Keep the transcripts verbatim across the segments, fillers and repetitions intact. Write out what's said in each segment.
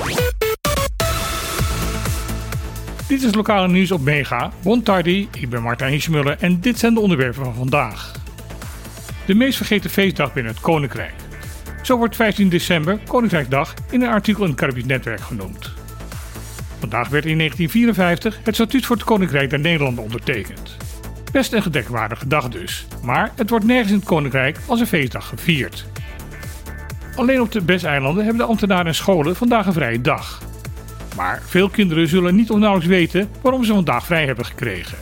Dit is lokale nieuws op Mega. Bon tardi, ik ben Martijn Hirschmuller en dit zijn de onderwerpen van vandaag. De meest vergeten feestdag binnen het Koninkrijk. Zo wordt vijftien december Koninkrijksdag in een artikel in het Caribisch Netwerk genoemd. Vandaag werd in negentien vierenvijftig het statuut voor het Koninkrijk der Nederlanden ondertekend. Best een gedenkwaardige dag dus, maar het wordt nergens in het Koninkrijk als een feestdag gevierd. Alleen op de Besseilanden hebben de ambtenaren en scholen vandaag een vrije dag. Maar veel kinderen zullen niet of nauwelijks weten waarom ze vandaag vrij hebben gekregen.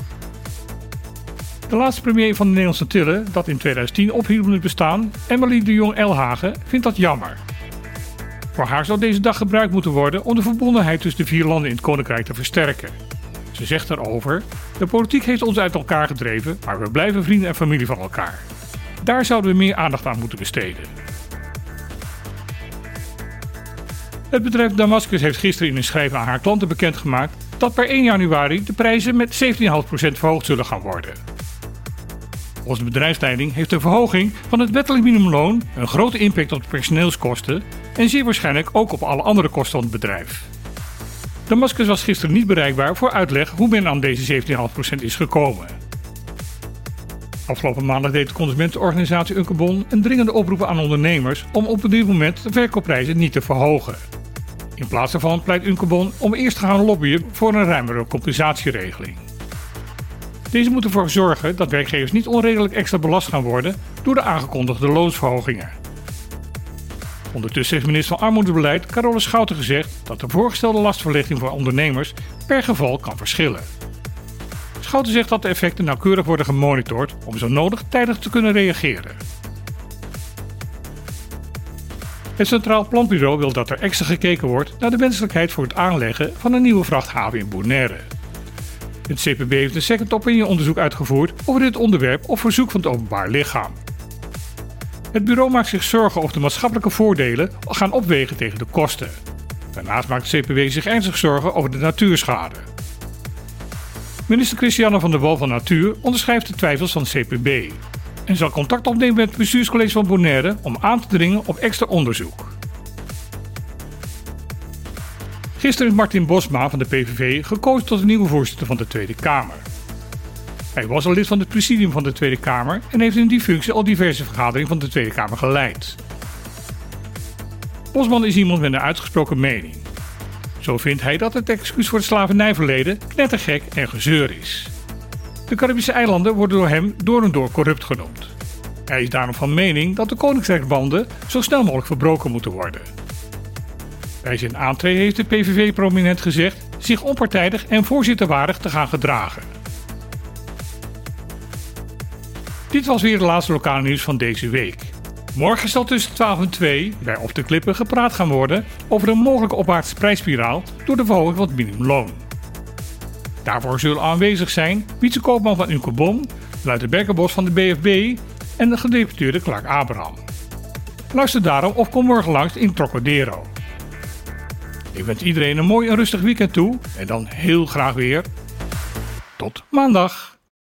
De laatste premier van de Nederlandse Antillen, dat in tweeduizend tien ophield met bestaan, Emmelie de Jong-Elhagen, vindt dat jammer. Voor haar zou deze dag gebruikt moeten worden om de verbondenheid tussen de vier landen in het Koninkrijk te versterken. Ze zegt daarover: de politiek heeft ons uit elkaar gedreven, maar we blijven vrienden en familie van elkaar. Daar zouden we meer aandacht aan moeten besteden. Het bedrijf Damascus heeft gisteren in een schrijven aan haar klanten bekendgemaakt dat per één januari de prijzen met zeventien komma vijf procent verhoogd zullen gaan worden. Volgens de bedrijfsleiding heeft de verhoging van het wettelijk minimumloon een grote impact op de personeelskosten en zeer waarschijnlijk ook op alle andere kosten van het bedrijf. Damascus was gisteren niet bereikbaar voor uitleg hoe men aan deze zeventien komma vijf procent is gekomen. Afgelopen maandag deed de consumentenorganisatie Unkebon een dringende oproep aan ondernemers om op dit moment de verkoopprijzen niet te verhogen. In plaats daarvan pleit Unkebon om eerst te gaan lobbyen voor een ruimere compensatieregeling. Deze moet ervoor zorgen dat werkgevers niet onredelijk extra belast gaan worden door de aangekondigde loonsverhogingen. Ondertussen heeft minister van Armoedebeleid Carole Schouten gezegd dat de voorgestelde lastverlichting voor ondernemers per geval kan verschillen. Schouten zegt dat de effecten nauwkeurig worden gemonitord om zo nodig tijdig te kunnen reageren. Het Centraal Planbureau wil dat er extra gekeken wordt naar de wenselijkheid voor het aanleggen van een nieuwe vrachthaven in Bonaire. Het C P B heeft een second opinion onderzoek uitgevoerd over dit onderwerp op verzoek van het openbaar lichaam. Het bureau maakt zich zorgen of de maatschappelijke voordelen gaan opwegen tegen de kosten. Daarnaast maakt het C P B zich ernstig zorgen over de natuurschade. Minister Christiane van der Wal van Natuur onderschrijft de twijfels van het C P B en zal contact opnemen met het bestuurscollege van Bonaire om aan te dringen op extra onderzoek. Gisteren is Martin Bosma van de P V V gekozen tot de nieuwe voorzitter van de Tweede Kamer. Hij was al lid van het presidium van de Tweede Kamer en heeft in die functie al diverse vergaderingen van de Tweede Kamer geleid. Bosman is iemand met een uitgesproken mening. Zo vindt hij dat het excuus voor het slavernijverleden knettergek en gezeur is. De Caribische eilanden worden door hem door en door corrupt genoemd. Hij is daarom van mening dat de koninkrijksbanden zo snel mogelijk verbroken moeten worden. Bij zijn aantreden heeft de P V V-prominent gezegd zich onpartijdig en voorzitterwaardig te gaan gedragen. Dit was weer de laatste lokale nieuws van deze week. Morgen zal tussen twaalf en twee bij Op de Klippen gepraat gaan worden over een mogelijke opwaartse prijsspiraal door de verhoging van het minimumloon. Daarvoor zullen aanwezig zijn Wietse Koopman van Unkebon, luitenant Berkenbos van de B F B en de gedeputeerde Clark Abraham. Luister daarom of kom morgen langs in Trocadero. Ik wens iedereen een mooi en rustig weekend toe en dan heel graag weer tot maandag.